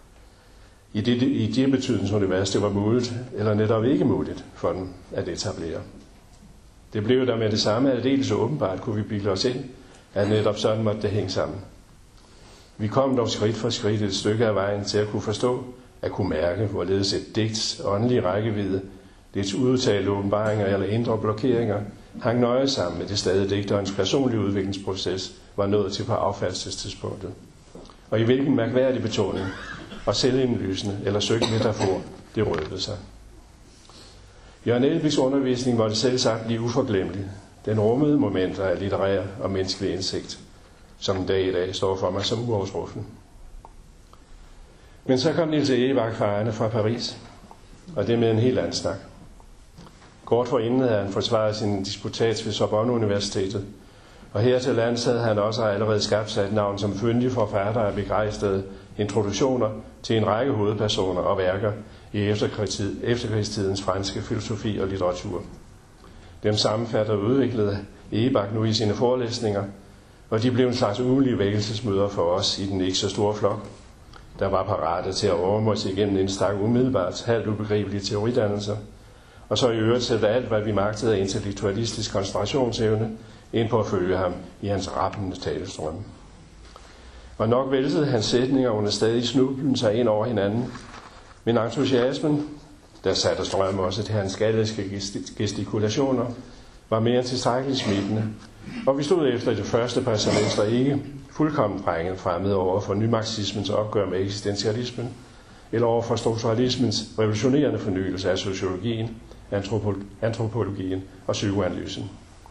I det, i det betydningsunivers, det var muligt, eller netop ikke muligt, for dem at etablere. Det blev der med det samme aldeles åbenbart, kunne vi bilde os ind, at netop sådan måtte det hænge sammen. Vi kom dog skridt for skridt et stykke af vejen til at kunne forstå, at kunne mærke, hvorledes et digts åndelige rækkevidde, dets udtalte åbenbaringer eller indre blokeringer, hang nøje sammen med det stadig digterens personlige udviklingsproces var nået til på affaldstidspunktet. Og i hvilken mærkværdig betoning og selvindlysende eller søgt metafor det røbede sig. Jørgen Elbæks undervisning var det selv sagt blive uforglemmelig. Den rummede momenter af litterær og menneskelig indsigt, som en dag i dag står for mig som uoversruffen. Men så kom Niels Egebach farende fra Paris, og det med en helt anden snak. Kort forinden havde han forsvaret sin disputats ved Sorbonne Universitetet, og her til lands havde han også allerede skabt sig et navn som fyndig forfatter af begejstrede introduktioner til en række hovedpersoner og værker i efterkrigstid, efterkrigstidens franske filosofi og litteratur. Dem sammenfatter og udviklede Egebach nu i sine forelæsninger, og de blev en slags ugenlige vækkelsesmøder for os i den ikke så store flok, der var parate til at overmå sig igennem en stak umiddelbart halvt ubegribelige teoridannelser, og så i øvrigt sætte alt, hvad vi magtede af intellektualistisk koncentrationsevne, ind på at følge ham i hans rappende talestrømme. Og nok væltede hans sætninger under stadig snublen sig ind over hinanden, men entusiasmen, der satte strøm også til hans galliske gestikulationer, var mere end tilstrækkeligt smittende, og vi stod efter det første par semester ikke fuldkommen prænget fremmed over for nymarxismens opgør med eksistentialismen, eller over for strukturalismens revolutionerende fornyelse af sociologien, antropologien og psykoanalysen.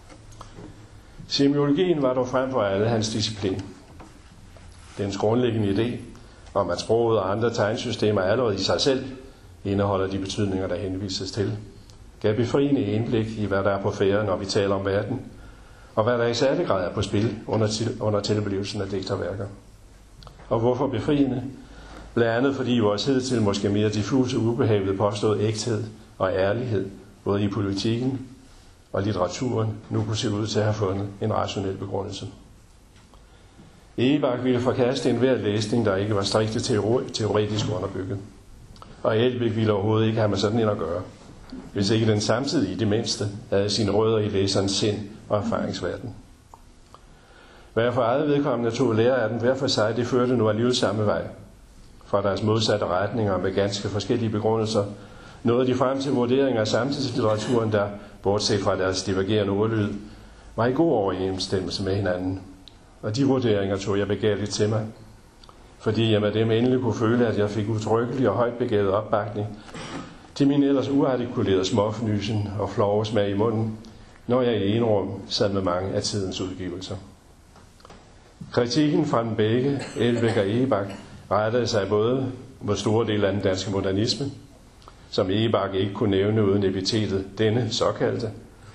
Semiologien var dog frem for alle hans disciplin. Dens grundlæggende idé om, at sproget og andre tegnsystemer allerede i sig selv indeholder de betydninger, der henvises til, gav befriende indblik i, hvad der er på færde, når vi taler om verden, og hvad der i særlig grad er på spil under, til, under tilblivelsen af digterværker. Og hvorfor befriende? Blandt andet fordi vores hidtil måske mere diffuse ubehageligt påstået ægthed og ærlighed, både i politikken og litteraturen, nu kunne se ud til at have fundet en rationel begrundelse. Egebach ville forkaste enhver læsning, der ikke var strikte teoretisk underbygget. Og Elbæk ville overhovedet ikke have med sådan en at gøre, hvis ikke den samtidig i det mindste havde sine rødder i læserens sind og erfaringsverden. Hvad for eget vedkommende tog lære af den hver for sig, det førte nu alligevel samme vej. Fra deres modsatte retninger med ganske forskellige begrundelser, nåede de frem til vurderinger af samtidslitteraturen, der, bortset fra deres divergerende ordlyd, var i god overensstemmelse med hinanden. Og de vurderinger tog jeg begærligt til mig, fordi jeg med dem endelig kunne føle, at jeg fik udtrykkelig og højt begæret opbakning til min ellers uartikulerede småfnysen og flove smag i munden, når jeg i enrum sad med mange af tidens udgivelser. Kritikken fra den begge, Elbæk og Egebach, rettede sig både mod store dele af den danske modernisme, som Egebach ikke kunne nævne uden epitetet denne såkaldte,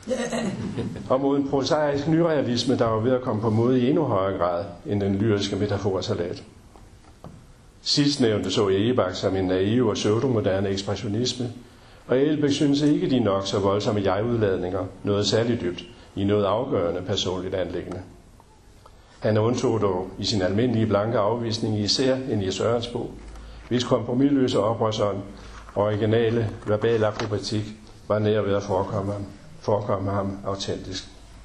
og mod en prosaisk nyrealisme, der var ved at komme på mode i endnu højere grad end den lyriske metaforsalat. Sidstnævnte så Egebach som en naiv og pseudomoderne ekspressionisme, og Elbæk synes ikke de nok så voldsomme jeg-udladninger noget særligt dybt i noget afgørende personligt anliggende. Han undtog dog i sin almindelige blanke afvisning især en Jes Ørensbo, hvis kompromisløse oprørsånd og originale verbal akrobatik var nær ved at forekomme ham, forekomme ham autentisk.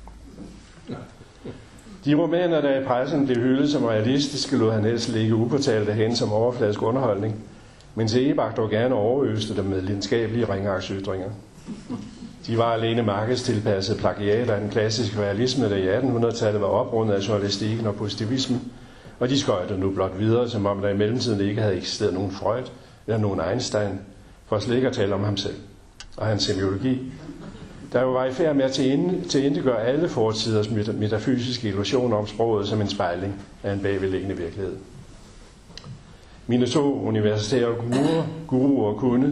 De romaner, der i pressen blev hyldet som realistiske, lod han helst ligge upåtalte hen som overfladisk underholdning, mens Egebach dog gerne overøste dem med lidenskabelige ringeagtsytringer. De var alene markedstilpassede plagiater af den klassiske realisme, der i attenhundredetallet var oprundet af journalistikken og positivismen, og de skøjtede nu blot videre, som om der i mellemtiden ikke havde eksisteret nogen Freud eller nogen Einstein, for slet ikke at tale om ham selv og hans semiologi, der jo var i færd med at tilintetgøre alle fortiders metafysiske illusioner om sproget som en spejling af en bagvedliggende virkelighed. Mine to universitære guruer, guruer kunne,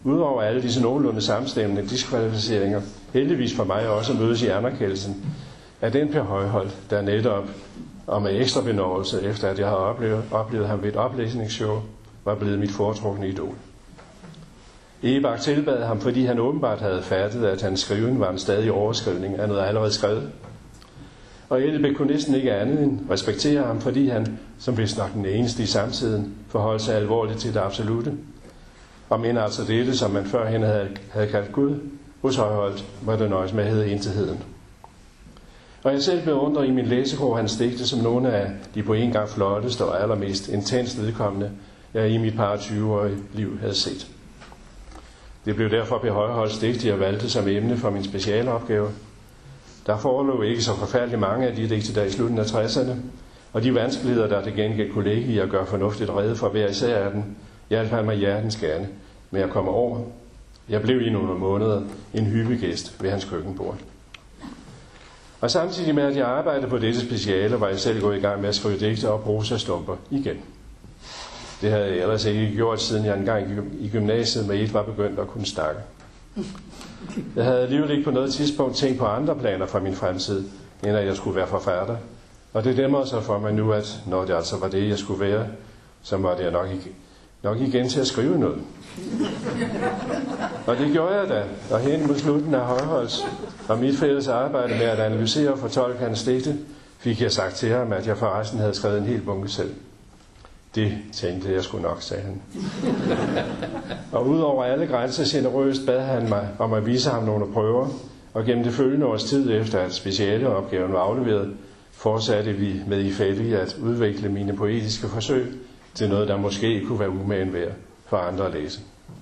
udover alle disse nogenlunde samstemmende diskvalificeringer, heldigvis for mig også mødes i anerkendelsen af den Per Højholt, der netop, og med ekstra benådelse efter at jeg havde oplevet, oplevet ham ved et oplæsningsshow, var blevet mit foretrukne idol. Egebak tilbad ham, fordi han åbenbart havde fattet, at hans skriven var en stadig overskrivning af noget allerede skrevet. Og Ellebæk kunne næsten ikke andet end respektere ham, fordi han, som vist nok den eneste i samtiden, forholdt sig alvorligt til det absolute. Og men altså dette, som man førhen havde, havde kaldt Gud, hos Højholt, var det nøjes med at hedde intetheden. Og jeg selv beundrer i min læsekrog hans digte som nogle af de på en gang flotteste og allermest intens vedkommende, jeg i mit par tyve-årige liv havde set. Det blev derfor Per Højholts digte, jeg valgte som emne for min specialopgave. Der forelå ikke så forfærdeligt mange af de digte der i slutningen af tresserne, og de vanskeligheder, der til gengæld kunne ligge i at gøre fornuftigt rede for hver især af dem, hjalp han mig hjertens gerne med at komme over. Jeg blev i nogle måneder en hyppig gæst ved hans køkkenbord. Og samtidig med, at jeg arbejdede på dette speciale, var jeg selv gået i gang med at skrive digte og prosastumper igen. Det havde jeg ellers ikke gjort, siden jeg engang i gymnasiet med et var begyndt at kunne snakke. Jeg havde alligevel ikke på noget tidspunkt tænkt på andre planer for min fremtid, end at jeg skulle være forfatter. Og det dæmmer sig for mig nu, at når det altså var det, jeg skulle være, så måtte jeg nok, ikke, nok igen til at skrive noget. Og det gjorde jeg da, og hen mod slutten af Højholts og mit fælles arbejde med at analysere og fortolke hans digte, fik jeg sagt til ham, at jeg forresten havde skrevet en hel bunke selv. Det tænkte jeg sgu nok, sagde han. Og udover alle grænser generøst bad han mig om at vise ham nogle prøver, og gennem det følgende års tid efter, at specialeopgaven var afleveret, fortsatte vi med i fælde at udvikle mine poetiske forsøg til noget, der måske kunne være umagen værd for andre at læse.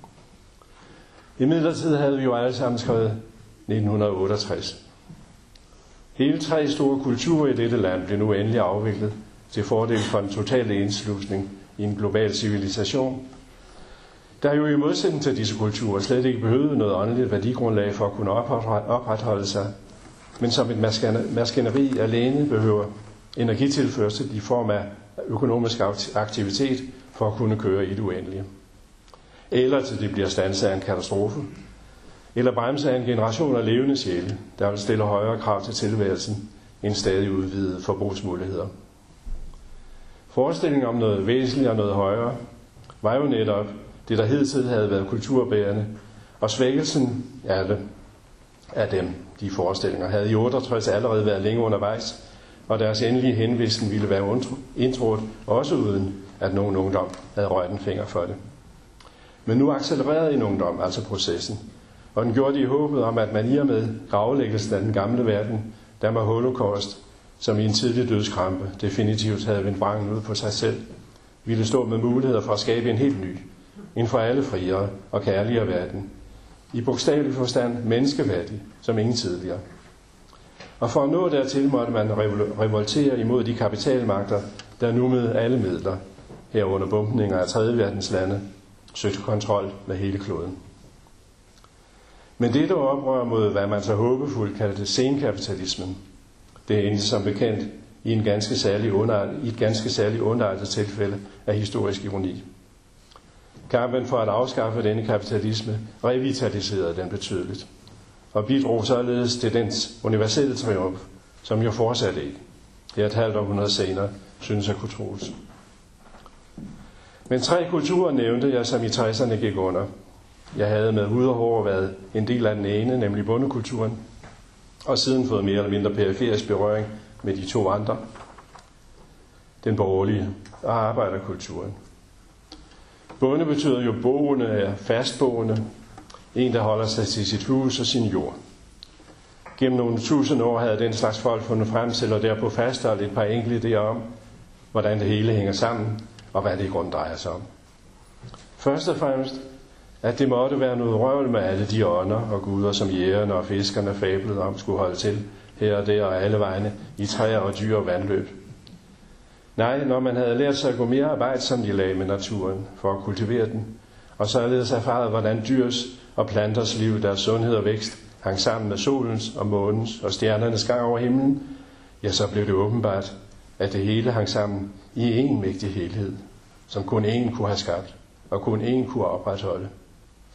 I midlertid havde vi jo alle sammen skrevet nitten otteogtres. Hele tre store kulturer i dette land blev nu endelig afviklet til fordel for en total indslusning i en global civilisation, der jo i modsætning til disse kulturer slet ikke behøvede noget åndeligt værdigrundlag for at kunne opretholde sig, men som et maskineri alene behøver energitilførsel i form af økonomisk aktivitet for at kunne køre i det uendelige. Eller til det bliver standset af en katastrofe, eller bremse af en generation af levende sjæle, der vil stille højere krav til tilværelsen end stadig udvidede forbrugsmuligheder. Forestillingen om noget væsentligt og noget højere var jo netop det, der hidtil havde været kulturbærende, og svækkelsen af, det, af dem, de forestillinger, havde i otteogtres allerede været længe undervejs, og deres endelige henvisen ville være indtrådt, også uden at nogen ungdom havde rørt en finger for det. Men nu accelererede en ungdom, altså processen, og den gjorde det i håbet om, at man i og med gravlæggelsen af den gamle verden, der var holocaust, som i en tidlig dødskrampe definitivt havde vendt vrangen ud på sig selv, ville stå med muligheder for at skabe en helt ny, en for alle friere og kærligere verden, i bogstavelig forstand menneskeværdig som ingen tidligere. Og for at nå dertil måtte man revoltere imod de kapitalmagter, der nu med alle midler, herunder bombninger af tredje verdens lande, søgte kontrol med hele kloden. Men dette oprør mod, hvad man så håbefuldt kaldte senkapitalismen, det endte som bekendt i, en ganske særlig underart, i et ganske særligt underartet tilfælde af historisk ironi. Kampen for at afskaffe denne kapitalisme revitaliserede den betydeligt, og bidrog således til dens universelle triumf, som jo fortsatte ikke, her et halvt århundrede senere, synes at kunne troes. Men tre kulturer nævnte jeg, som i tresserne gik under. Jeg havde med hud og hår været en del af den ene, nemlig bondekulturen, og siden fået mere eller mindre periferisk berøring med de to andre, den borgerlige og arbejderkulturen. Bonde betyder jo boende, er fastboende, en der holder sig til sit hus og sin jord. Gennem nogle tusind år havde den slags folk fundet frem til, og derpå fastholdt et par enkelte idéer om, hvordan det hele hænger sammen, og hvad det i grund drejer sig om. Først og fremmest, at det måtte være noget røvl med alle de ånder og guder, som jægerne og fiskerne fablede om skulle holde til her og der og alle vegne i træer og dyr og vandløb. Nej, når man havde lært sig at gå mere arbejdsomt i lag med naturen for at kultivere den, og således erfaret, hvordan dyrs og planters liv, deres sundhed og vækst hang sammen med solens og månens og stjernernes gang over himlen, ja, så blev det åbenbart, at det hele hang sammen i en mægtig helhed, som kun én kunne have skabt, og kun én kunne opretholde.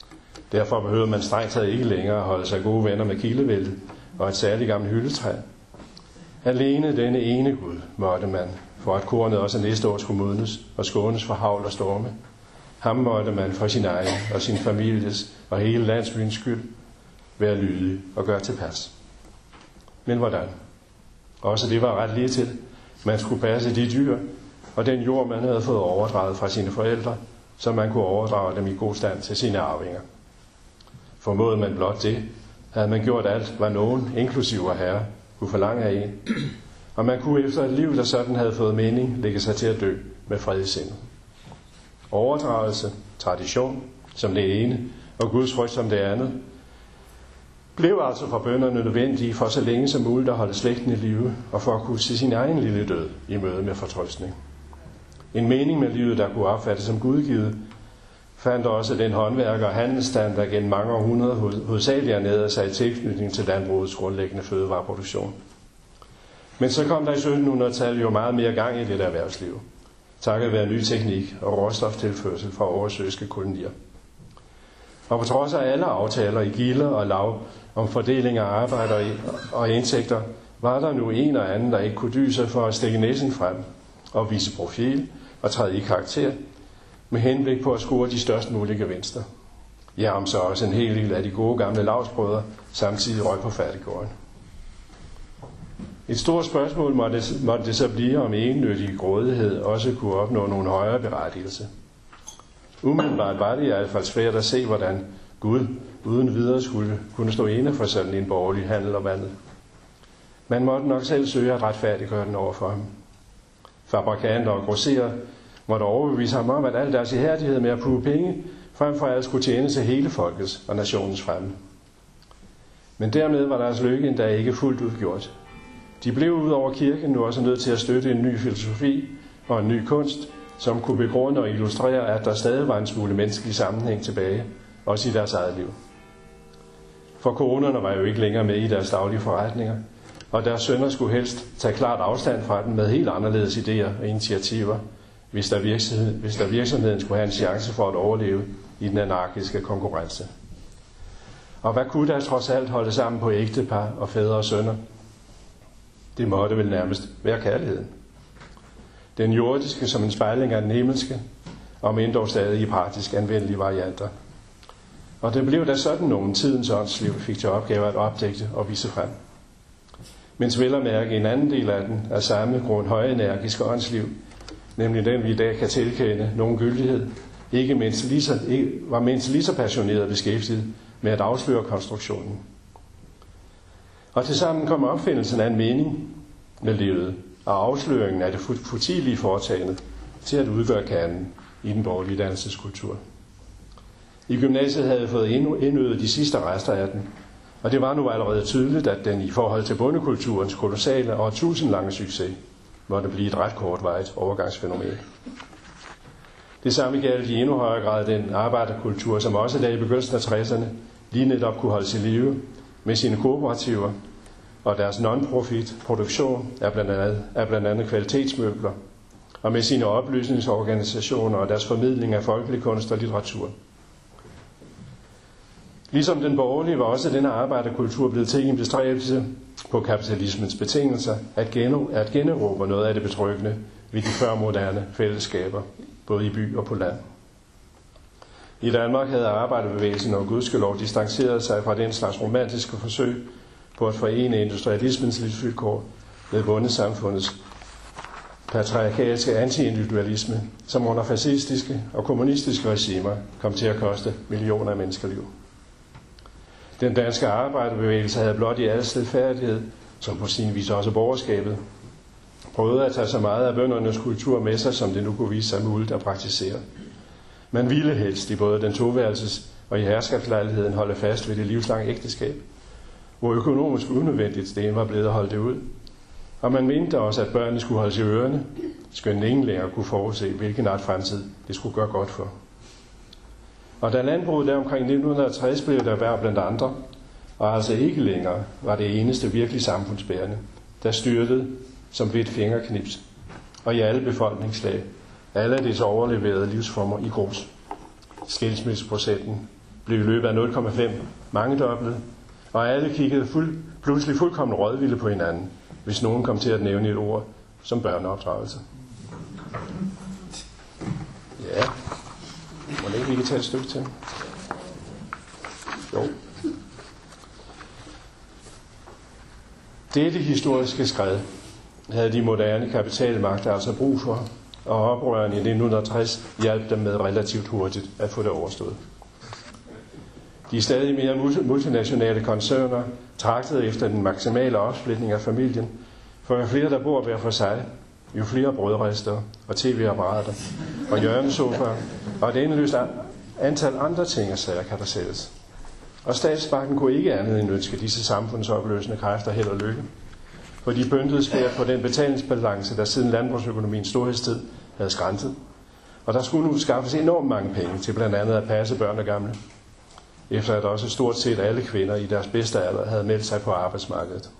Derfor behøvede man strengt taget ikke længere at holde sig gode venner med kildevældet og et særligt gammelt hyldetræ. Alene denne ene Gud måtte man, for at kornet også næste år skulle modnes og skånes for havl og storme. Ham måtte man for sin egen og sin families og hele landsbyens skyld være lydig og gøre tilpas. Men hvordan? Også det var ret lige til. Man skulle passe de dyr og den jord, man havde fået overdraget fra sine forældre, så man kunne overdrage dem i god stand til sine arvinger. Formåede man blot det, havde man gjort alt, hvad nogen, inklusive herre, kunne forlange af en, og man kunne efter et liv, der sådan havde fået mening, lægge sig til at dø med fred i sindet. Overdragelse, tradition som det ene, og Guds frygt som det andet, blev altså for bønderne nødvendige for så længe som muligt at holde slægten i live, og for at kunne se sin egen lille død i møde med fortrøstning. En mening med livet, der kunne opfattes som gudgivet, fandt også den håndværker og handelsstand, der gennem mange århundreder hovedsageligt ernærede sig i tilknytning til landbrugets grundlæggende fødevareproduktion. Men så kom der i syttenhundredetallet jo meget mere gang i det erhvervsliv, takket være ny teknik og råstoftilførsel fra oversøiske kolonier. Og på trods af alle aftaler i gilder og lav om fordeling af arbejde og indtægter, var der nu en og anden, der ikke kunne dyse for at stikke næsen frem og vise profil og træde i karakter, med henblik på at score de størst mulige gevinster. Ja, om så også en hel del af de gode gamle lavsbrødre samtidig røg på fattiggården. Et stort spørgsmål måtte det, måtte det så blive, om egennyttig grådighed også kunne opnå nogle højere berettigelse. Umiddelbart var det i hvert fald svært at se, hvordan Gud uden videre skulle kunne stå inde for sådan en borgerlig handel og vandel. Man måtte nok selv søge at retfærdiggøre den over for ham. Fabrikanter og grosserer måtte overbevise ham om, at al deres ihærdighed med at puge penge frem for alt skulle tjene til hele folkets og nationens fremme. Men dermed var deres lykke endda ikke fuldt udgjort. De blev ud over kirken nu også nødt til at støtte en ny filosofi og en ny kunst, som kunne begrunde og illustrere, at der stadig var en smule menneskelig sammenhæng tilbage, også i deres eget liv. For koronerne var jo ikke længere med i deres daglige forretninger, og deres sønner skulle helst tage klart afstand fra dem med helt anderledes idéer og initiativer, hvis der, virksomhed, hvis der virksomheden skulle have en chance for at overleve i den anarkiske konkurrence. Og hvad kunne der trods alt holde sammen på ægtepar og fædre og sønner? Det måtte vel nærmest være kærligheden. Den jordiske som en spejling af den himmelske, om end dog stadig i praktisk anvendelige varianter. Og det blev da sådan nogen tidens åndsliv fik til opgave at opdægte og vise frem. Mens vel at mærke en anden del af den af samme grund højenergiske åndsliv, nemlig den vi i dag kan tilkende nogen gyldighed, ikke mindst lige så, ikke, var mindst lige så passioneret beskæftiget med at afsløre konstruktionen. Og tilsammen kom opfindelsen af en mening med livet og afsløringen af det futilige foretagende til at udgøre kernen i den borgerlige dannelseskultur. I gymnasiet havde jeg fået indøvet de sidste rester af den, og det var nu allerede tydeligt, at den i forhold til bondekulturens kolossale og tusindlange succes måtte blive et ret kortvarigt overgangsfænomen. Det samme gjaldt i endnu højere grad den arbejderkultur, som også der i begyndelsen af tresserne lige netop kunne holde sig i live med sine kooperativer og deres non-profit produktion af blandt andet, af blandt andet kvalitetsmøbler, og med sine oplysningsorganisationer og deres formidling af folkelig kunst og litteratur. Ligesom den borgerlige var også denne arbejderkultur blevet til en bestræbelse på kapitalismens betingelser at, geno, at generobre noget af det betryggende ved de førmoderne fællesskaber, både i by og på land. I Danmark havde arbejderbevægelsen og gudskelov distanceret sig fra den slags romantiske forsøg på at forene industrialismens livsvilkår med bondesamfundets patriarkalske anti-individualisme, som under fascistiske og kommunistiske regimer kom til at koste millioner af menneskeliv. Den danske arbejderbevægelse havde blot i al stilfærdighed, som på sin vis også borgerskabet, prøvede at tage så meget af bøndernes kultur med sig, som det nu kunne vise sig muligt at praktisere. Man ville helst i både den toværelses og i herskabslejligheden holde fast ved det livslange ægteskab, hvor økonomisk unødvendigt det var blevet at holde det ud. Og man mente også, at børnene skulle holde sig i ørerne, skønt ingen længere kunne forudse, hvilken art fremtid det skulle gøre godt for. Og da landbruget der omkring nitten tres blev der erhverv blandt andre, og altså ikke længere var det eneste virkelig samfundsbærende, der styrtede som ved et fingerknips, og i alle befolkningslag, alle af dets overleverede livsformer i grus. Skilsmisseprocenten blev i løbet af nul komma fem mangedoblet, og alle kiggede fuld, pludselig fuldkommen rådvilde på hinanden, hvis nogen kom til at nævne et ord som børneopdragelse. Ja, må ikke vi kan tage et stykke til? Jo. Dette historiske skred havde de moderne kapitalmagter altså brug for, og oprørerne i nitten tres hjalp dem med relativt hurtigt at få det overstået. De stadig mere multinationale koncerner tragtede efter den maksimale opsplitning af familien, for jo flere der bor hver for sig, jo flere brødrester og tv-apparater og hjørnesofaer og et endeløst antal andre ting og sager kan der sættes. Og statsbanken kunne ikke andet end ønske disse samfundsopløsende kræfter held og lykke, for de pyntede spært på den betalingsbalance, der siden landbrugsøkonomiens storhedstid havde skræntet. Og der skulle nu skaffes enormt mange penge til blandt andet at passe børn og gamle, efter at også stort set alle kvinder i deres bedste alder havde meldt sig på arbejdsmarkedet.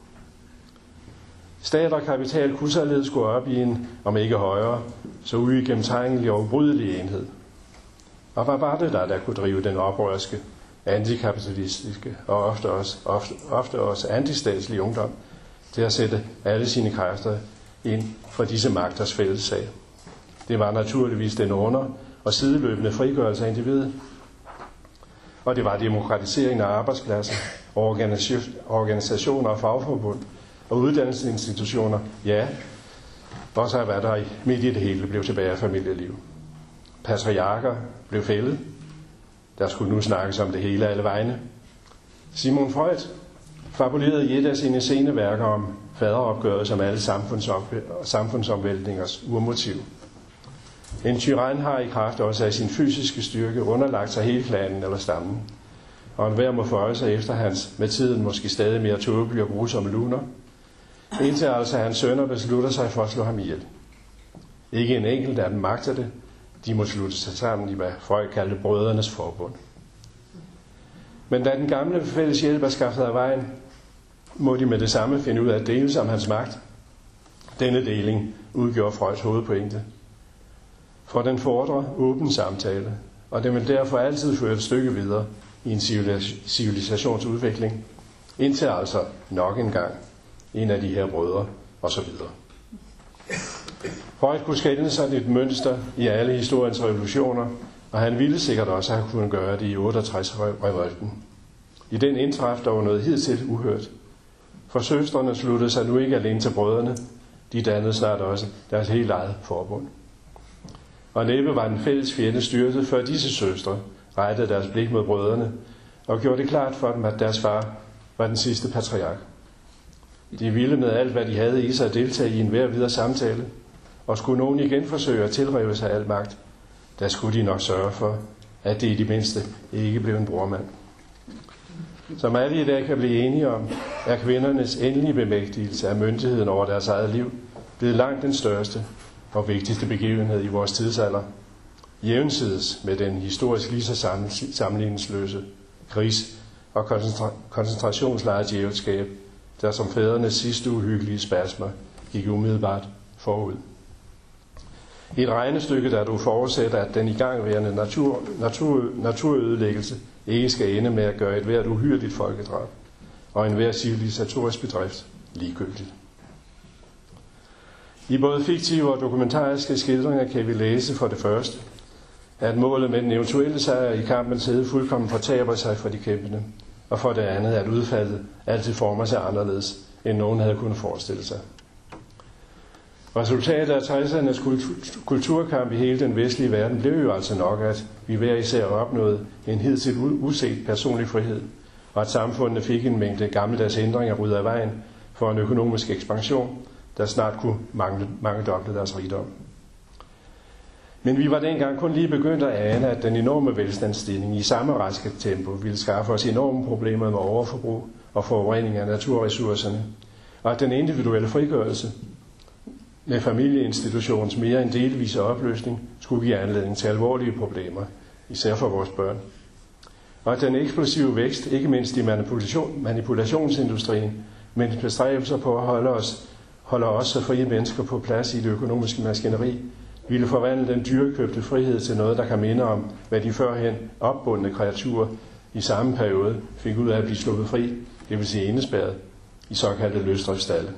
Stat og kapital kunne således gå op i en, om ikke højere, så uigennemtrængelig og ubrydelig enhed. Og hvad var det der, der kunne drive den oprørske, antikapitalistiske og ofte også, ofte, ofte også antistatslige ungdom til at sætte alle sine kræfter ind for disse magters fælles sag? Det var naturligvis den under- og sideløbende frigørelse af individet. Og det var demokratiseringen af arbejdspladser, organisationer og fagforbund og uddannelsesinstitutioner, ja, også af hvad der midt i det hele blev tilbage af familieliv. Patriarker blev fældet. Der skulle nu snakkes om det hele alle vegne. Sigmund Freud fabulerede i et af sine sceneværker om faderopgøret som alle samfundsomvæltningers urmotiv. En tyran har i kraft også af sin fysiske styrke underlagt sig hele klanen eller stammen, og enhver må føje sig efter hans med tiden måske stadig mere tåbelige og grusomme luner, indtil altså hans sønner beslutter sig for at slå ham ihjel. Ikke en enkelt af dem magter det, de må slutte sig sammen i hvad Freud kaldte brødrenes forbund. Men da den gamle fælles hjælp er skaffet af vejen, må de med det samme finde ud af at dele sig om hans magt. Denne deling udgjorde Freuds hovedpointe. For den fordrer åben samtale, og den vil derfor altid føre et stykke videre i en civilisationsudvikling, indtil altså nok en gang en af de her brødre osv. Freud kunne skelne sådan et mønster i alle historiens revolutioner, og han ville sikkert også have kunnet gøre det i otteogtres-revolten. I den indtraf dog noget hidtil uhørt. For søstrene sluttede sig nu ikke alene til brødrene, de dannede snart også deres helt eget forbund. Og næppe var den fælles fjende styrtet, før disse søstre rettede deres blik mod brødrene og gjorde det klart for dem, at deres far var den sidste patriark. De ville med alt, hvad de havde i sig at deltage i enhver videre samtale, og skulle nogen igen forsøge at tilrive sig al magt, der skulle de nok sørge for, at det i det mindste ikke blev en brormand. Som alle i dag kan blive enige om, er kvindernes endelige bemægtigelse af myndigheden over deres eget liv blevet langt den største og vigtigste begivenhed i vores tidsalder, jævnsides med den historisk lige så sammenligningsløse krigs- og koncentra- koncentrationslejrs djævelskab, der som fædrenes sidste uhyggelige spasmer gik umiddelbart forud. I et regnestykke, der du forudsætter, at den igangværende natur, natur, naturødelæggelse ikke skal ende med at gøre et hvert uhyrligt folkedrab og enhver civilisatorisk bedrift ligegyldigt. I både fiktive og dokumentariske skildringer kan vi læse for det første, at målet med den eventuelle sejr i kampens hede fuldkommen fortaber sig for de kæmpende, og for det andet, at udfaldet altid former sig anderledes, end nogen havde kunnet forestille sig. Resultatet af tressernes kulturkamp i hele den vestlige verden blev jo altså nok, at vi hver især opnåede en hidtil uset personlig frihed, og at samfundene fik en mængde gammeldags ændringer ryddet af vejen for en økonomisk ekspansion, der snart kunne mangle, mangedoble deres rigdom. Men vi var dengang kun lige begyndt at ane, at den enorme velstandsstigning i samme raske tempo ville skaffe os enorme problemer med overforbrug og forurening af naturressourcerne, og at den individuelle frigørelse med familieinstitutionens mere end delvise opløsning skulle give anledning til alvorlige problemer, især for vores børn. Og at den eksplosive vækst, ikke mindst i manipulation, manipulationsindustrien, men bestræbelser på at holde os, holde os så frie mennesker på plads i det økonomiske maskineri, ville forvandle den dyrekøbte frihed til noget, der kan minde om, hvad de førhen opbundne kreaturer i samme periode fik ud af at blive sluppet fri, det vil sige indespærret, i såkaldte løsdriftsstalle.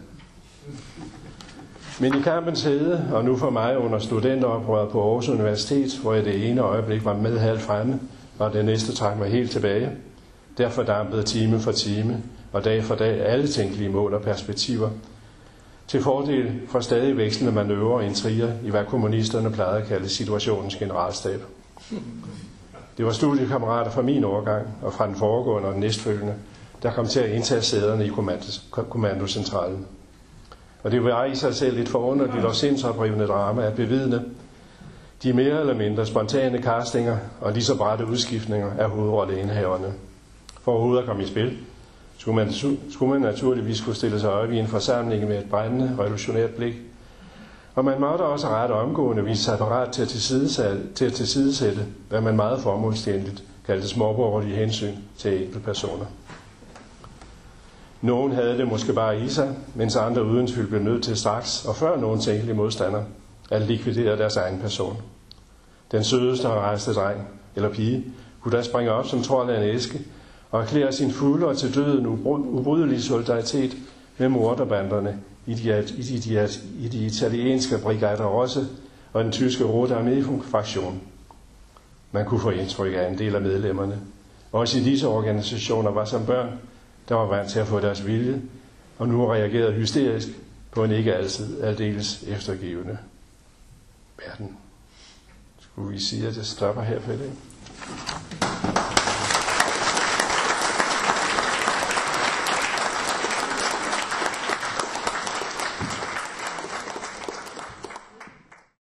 Men i kampens hede, og nu for mig under studenteroprøret på Aarhus Universitet, hvor jeg det ene øjeblik var med halvt fremme, og det næste trak mig helt tilbage, derfor dampede time for time, og dag for dag alle tænkelige mål og perspektiver, til fordel for stadig vekslende manøvrer og intriger i hvad kommunisterne plejede at kalde situationens generalstab. Det var studiekammerater fra min årgang og fra den foregående og den næstfølgende, der kom til at indtage sæderne i kommandocentralen. Og det var i sig selv et forunderligt og sindsoprivende drama at bevidne de mere eller mindre spontane castinger og lige så bratte udskiftninger af hovedrolleindhaverne. For overhovedet at komme i spil, skulle man, skulle man naturligvis kunne stille sig op i en forsamling med et brændende, revolutionært blik. Og man måtte også ret omgående vise sig parat til at tilsidesætte, til at tilsidesætte hvad man meget formålstjenligt kaldte småborgerlige hensyn til enkelte personer. Nogen havde det måske bare i sig, mens andre uden tvivl blev nødt til straks, og før nogen tænkelige modstander, at likvidere deres egen person. Den sødeste og rejste dreng, eller pige, kunne da springe op som trold af en æske, og erklære sin fulde og til døden ubrydelige solidaritet med morderbanderne i de, i de, i de italienske Brigata Rosse og den tyske Rote Armee-fraktion. Man kunne få indtryk af en del af medlemmerne. Også i disse organisationer var som børn, der var vant til at få deres vilje, og nu reagerede hysterisk på en ikke altid aldeles eftergivende verden. Skulle vi sige, at det stopper her for i dag?